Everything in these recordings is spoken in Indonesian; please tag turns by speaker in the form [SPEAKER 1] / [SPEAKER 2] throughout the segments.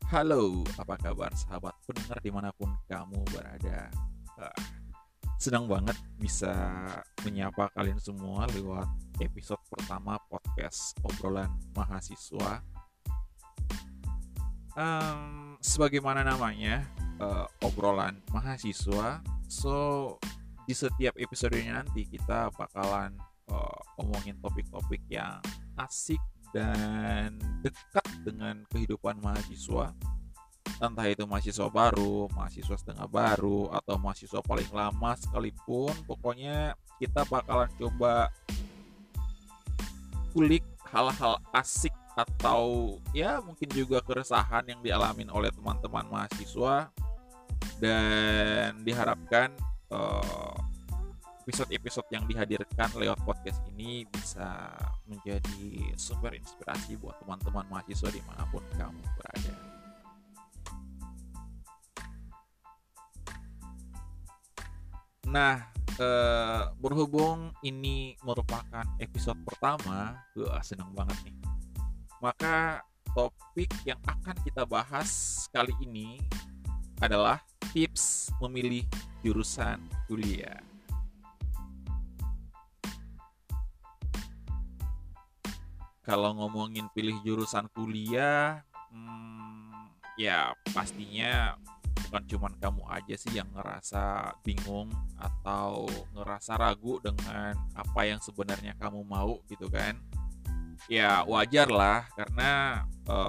[SPEAKER 1] Halo, apa kabar sahabat pendengar dimanapun kamu berada? Eh, Senang banget bisa menyapa kalian semua lewat episode pertama podcast obrolan mahasiswa. Sebagaimana namanya, obrolan mahasiswa. So, di setiap episodenya nanti kita bakalan omongin topik-topik yang asik dan dekat dengan kehidupan mahasiswa, entah itu mahasiswa baru, mahasiswa setengah baru, atau mahasiswa paling lama sekalipun. Pokoknya kita bakalan coba kulik hal-hal asik atau ya mungkin juga keresahan yang dialamin oleh teman-teman mahasiswa, dan diharapkan eh, episode-episode yang dihadirkan lewat podcast ini bisa menjadi sumber inspirasi buat teman-teman mahasiswa dimanapun kamu berada. Nah, berhubung ini merupakan episode pertama, seneng banget nih. Maka topik yang akan kita bahas kali ini adalah tips memilih jurusan kuliah. Kalau ngomongin pilih jurusan kuliah, ya pastinya bukan cuman kamu aja sih yang ngerasa bingung atau ngerasa ragu dengan apa yang sebenarnya kamu mau gitu kan. Ya wajar lah karena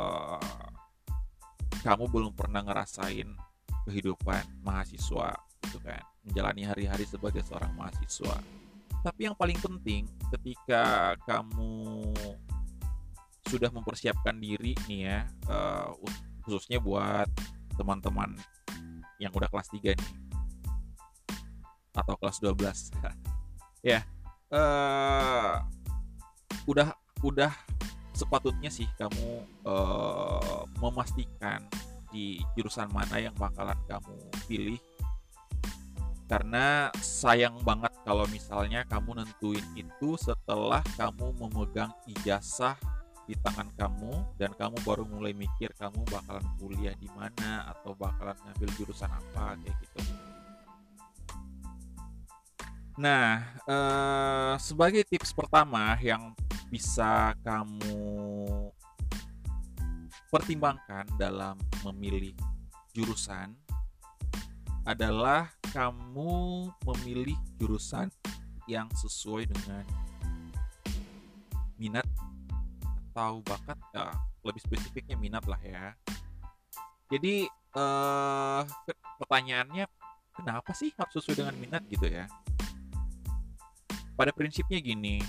[SPEAKER 1] kamu belum pernah ngerasain kehidupan mahasiswa gitu kan, menjalani hari-hari sebagai seorang mahasiswa. Tapi yang paling penting ketika kamu sudah mempersiapkan diri nih ya, khususnya buat teman-teman yang udah kelas 3 nih atau kelas 12. Ya, eh udah sepatutnya sih kamu memastikan di jurusan mana yang bakalan kamu pilih, karena sayang banget kalau misalnya kamu nentuin itu setelah kamu memegang ijazah di tangan kamu dan kamu baru mulai mikir kamu bakalan kuliah di mana atau bakalan ngambil jurusan apa kayak gitu. Nah, sebagai tips pertama yang bisa kamu pertimbangkan dalam memilih jurusan adalah kamu memilih jurusan yang sesuai dengan minat atau bakat, ya, lebih spesifiknya minat lah ya. Jadi pertanyaannya, kenapa sih harus sesuai dengan minat gitu ya? Pada prinsipnya gini,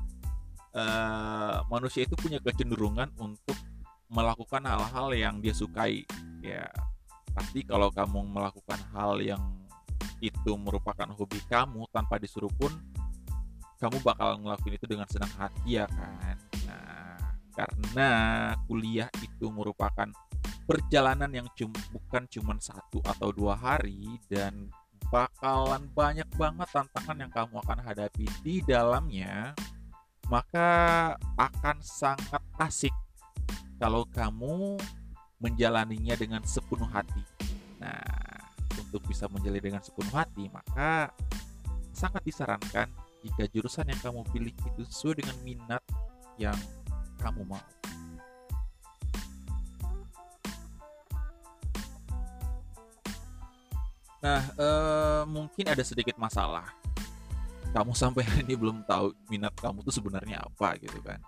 [SPEAKER 1] manusia itu punya kecenderungan untuk melakukan hal-hal yang dia sukai. Ya pasti kalau kamu melakukan hal yang itu merupakan hobi kamu tanpa disuruh pun, kamu bakal ngelakuin itu dengan senang hati ya kan. Nah, karena kuliah itu merupakan perjalanan yang bukan cuma 1 atau 2 hari, dan bakalan banyak banget tantangan yang kamu akan hadapi di dalamnya, maka akan sangat asik kalau kamu menjalaninya dengan sepenuh hati. Nah, untuk bisa menjalani dengan sepenuh hati, maka sangat disarankan jika jurusan yang kamu pilih itu sesuai dengan minat yang kamu mau. Nah, mungkin ada sedikit masalah. Kamu sampai hari ini belum tahu minat kamu tuh sebenarnya apa gitu kan.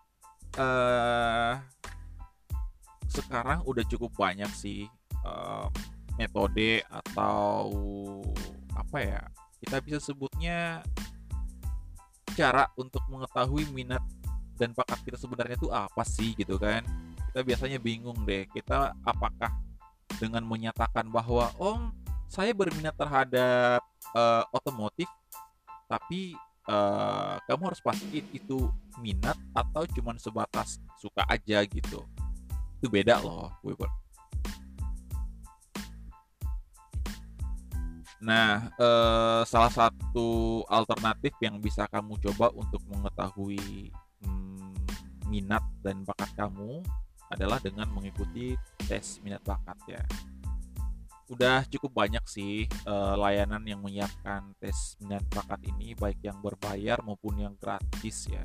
[SPEAKER 1] Eh Sekarang udah cukup banyak sih metode atau apa ya, kita bisa sebutnya cara untuk mengetahui minat dan bakat kita sebenarnya tuh apa sih gitu kan. Kita biasanya bingung deh, kita apakah dengan menyatakan bahwa saya berminat terhadap otomotif, tapi kamu harus pastiin itu minat atau cuman sebatas suka aja gitu. Itu beda loh, Weber. Nah, salah satu alternatif yang bisa kamu coba untuk mengetahui minat dan bakat kamu adalah dengan mengikuti tes minat bakat ya. Udah cukup banyak sih layanan yang menyiapkan tes minat bakat ini, baik yang berbayar maupun yang gratis ya.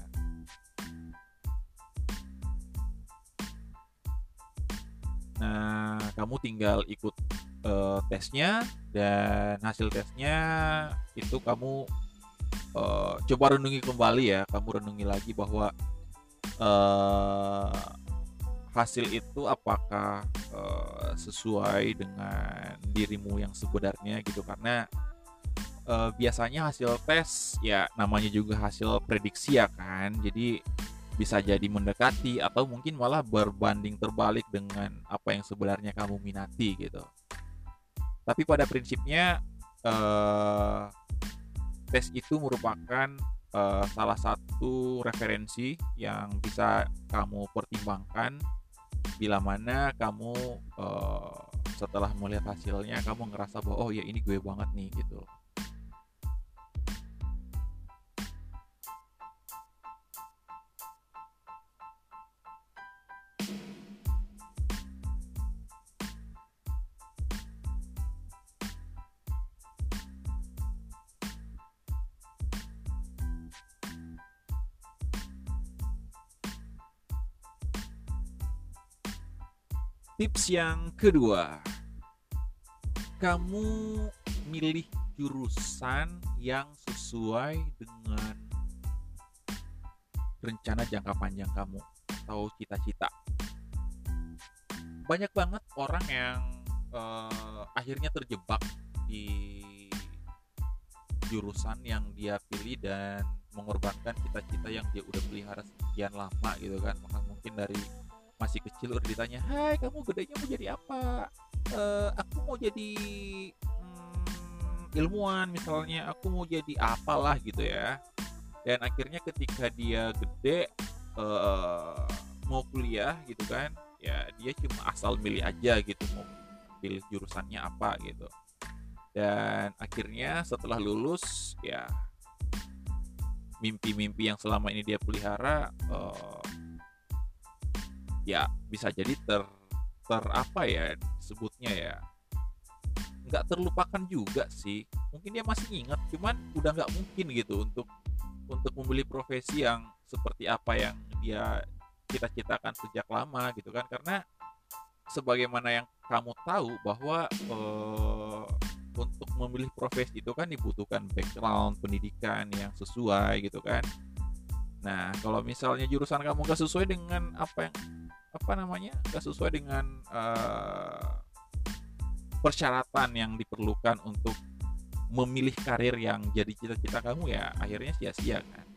[SPEAKER 1] Nah, kamu tinggal ikut tesnya, dan hasil tesnya itu kamu coba renungi kembali ya. Kamu renungi lagi bahwa eh, hasil itu apakah sesuai dengan dirimu yang sebenarnya gitu. Karena biasanya hasil tes ya namanya juga hasil prediksi ya kan, jadi bisa jadi mendekati atau mungkin malah berbanding terbalik dengan apa yang sebenarnya kamu minati gitu. Tapi pada prinsipnya eh, tes itu merupakan salah satu referensi yang bisa kamu pertimbangkan bila mana kamu setelah melihat hasilnya kamu ngerasa bahwa oh ya ini gue banget nih gitu. Tips yang kedua, kamu milih jurusan yang sesuai dengan rencana jangka panjang kamu atau cita-cita. Banyak banget orang yang akhirnya terjebak di jurusan yang dia pilih dan mengorbankan cita-cita yang dia udah pelihara sekian lama gitu kan. Maka mungkin dari masih kecil udah ditanya, hai kamu gedenya mau jadi apa? Aku mau jadi ilmuwan misalnya, aku mau jadi apalah gitu ya. Dan akhirnya ketika dia gede mau kuliah gitu kan, ya dia cuma asal milih aja gitu mau pilih jurusannya apa gitu. Dan akhirnya setelah lulus ya mimpi-mimpi yang selama ini dia pelihara ya bisa jadi ter apa ya sebutnya ya, nggak terlupakan juga sih. Mungkin dia masih ingat, cuman udah nggak mungkin gitu untuk memilih profesi yang seperti apa yang dia cita-citakan sejak lama gitu kan. Karena sebagaimana yang kamu tahu bahwa untuk memilih profesi itu kan dibutuhkan background pendidikan yang sesuai gitu kan. Nah, kalau misalnya jurusan kamu gak sesuai dengan gak sesuai dengan persyaratan yang diperlukan untuk memilih karir yang jadi cita-cita kamu, ya akhirnya sia-sia kan.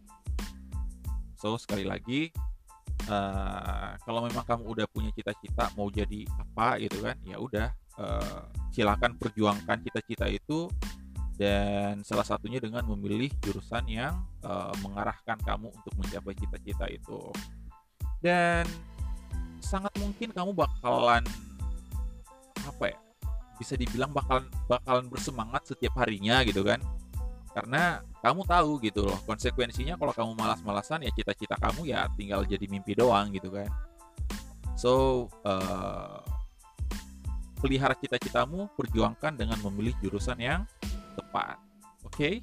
[SPEAKER 1] So sekali lagi, kalau memang kamu udah punya cita-cita mau jadi apa gitu kan, ya udah silakan perjuangkan cita-cita itu, dan salah satunya dengan memilih jurusan yang mengarahkan kamu untuk mencapai cita-cita itu. Dan sangat mungkin kamu bakalan apa ya, bisa dibilang bakalan bersemangat setiap harinya gitu kan, karena kamu tahu gitu loh konsekuensinya. Kalau kamu malas-malasan ya cita-cita kamu ya tinggal jadi mimpi doang gitu kan. So pelihara cita-citamu, perjuangkan dengan memilih jurusan yang tepat. Oke?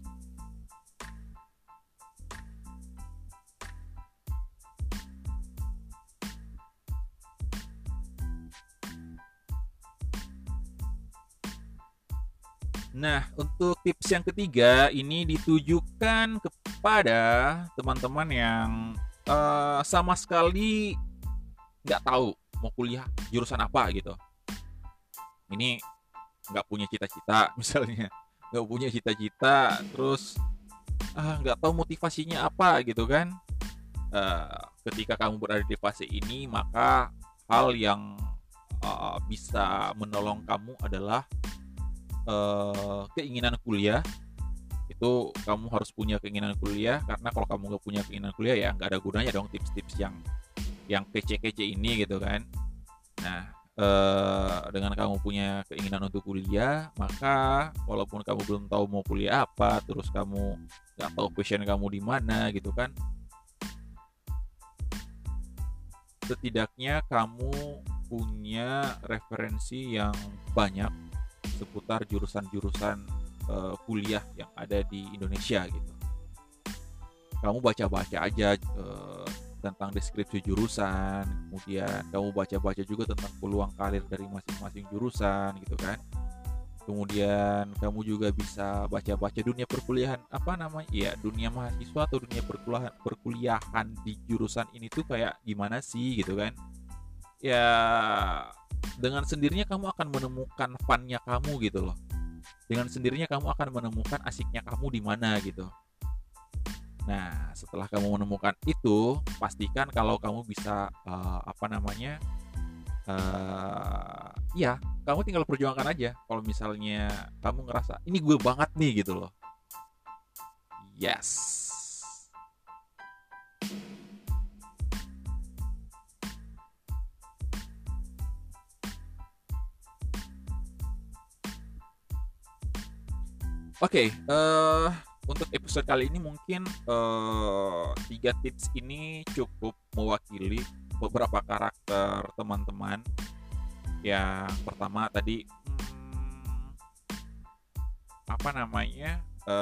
[SPEAKER 1] Nah, untuk tips yang ketiga ini ditujukan kepada teman-teman yang sama sekali nggak tahu mau kuliah jurusan apa gitu. Ini nggak punya cita-cita misalnya, nggak punya cita-cita, terus nggak tahu motivasinya apa gitu kan. Ketika kamu berada di fase ini, maka hal yang bisa menolong kamu adalah keinginan kuliah. Itu kamu harus punya keinginan kuliah, karena kalau kamu nggak punya keinginan kuliah ya nggak ada gunanya dong tips-tips yang kece-kece ini gitu kan. Nah, dengan kamu punya keinginan untuk kuliah, maka walaupun kamu belum tahu mau kuliah apa, terus kamu nggak tahu passion kamu di mana gitu kan, setidaknya kamu punya referensi yang banyak seputar jurusan-jurusan kuliah yang ada di Indonesia gitu. Kamu baca-baca aja tentang deskripsi jurusan, kemudian kamu baca-baca juga tentang peluang karir dari masing-masing jurusan gitu kan. Kemudian kamu juga bisa baca-baca dunia perkuliahan, apa namanya, ya dunia mahasiswa atau dunia perkuliahan di jurusan ini tuh kayak gimana sih gitu kan. Ya dengan sendirinya kamu akan menemukan fun-nya kamu gitu loh. Dengan sendirinya kamu akan menemukan asiknya kamu di mana gitu. Nah, setelah kamu menemukan itu, pastikan kalau kamu bisa apa namanya, ya kamu tinggal perjuangkan aja. Kalau misalnya kamu ngerasa ini gue banget nih gitu loh. Yes. Oke, untuk episode kali ini mungkin 3 tips ini cukup mewakili beberapa karakter teman-teman. Yang pertama tadi apa namanya,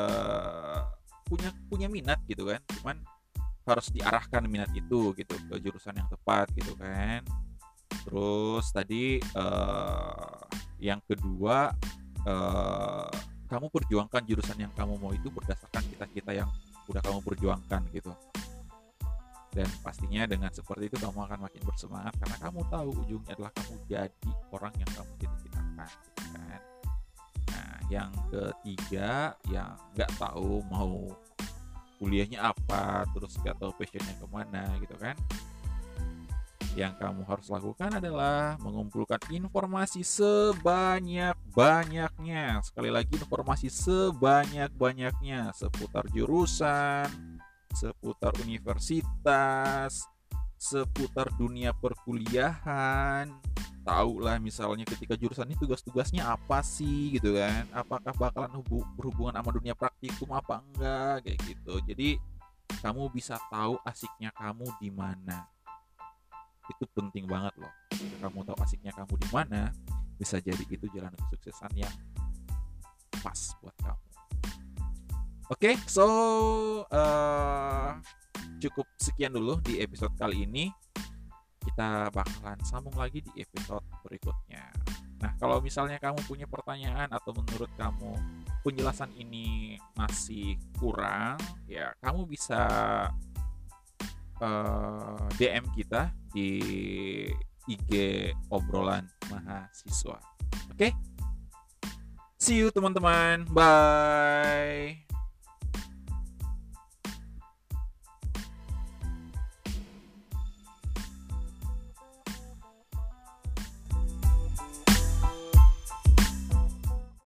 [SPEAKER 1] punya minat gitu kan, cuman harus diarahkan minat itu gitu ke jurusan yang tepat gitu kan. Terus tadi yang kedua, kamu perjuangkan jurusan yang kamu mau itu berdasarkan cita-cita yang udah kamu perjuangkan gitu. Dan pastinya dengan seperti itu kamu akan makin bersemangat karena kamu tahu ujungnya adalah kamu jadi orang yang kamu cita-citakan gitu kan. Nah, yang ketiga, yang nggak tahu mau kuliahnya apa, terus nggak tahu passionnya kemana gitu kan, yang kamu harus lakukan adalah mengumpulkan informasi sebanyak-banyaknya. Sekali lagi, informasi sebanyak-banyaknya seputar jurusan, seputar universitas, seputar dunia perkuliahan. Tahu lah misalnya ketika jurusan ini tugas-tugasnya apa sih gitu kan, apakah bakalan berhubungan sama dunia praktikum apa enggak kayak gitu. Jadi kamu bisa tahu asiknya kamu di mana. Itu penting banget loh. Jika kamu tahu asiknya kamu di mana, bisa jadi itu jalan kesuksesan yang pas buat kamu. Oke, so cukup sekian dulu di episode kali ini. Kita bakalan sambung lagi di episode berikutnya. Nah, kalau misalnya kamu punya pertanyaan atau menurut kamu penjelasan ini masih kurang, ya kamu bisa DM kita di IG obrolan mahasiswa. Oke? See you teman-teman. Bye.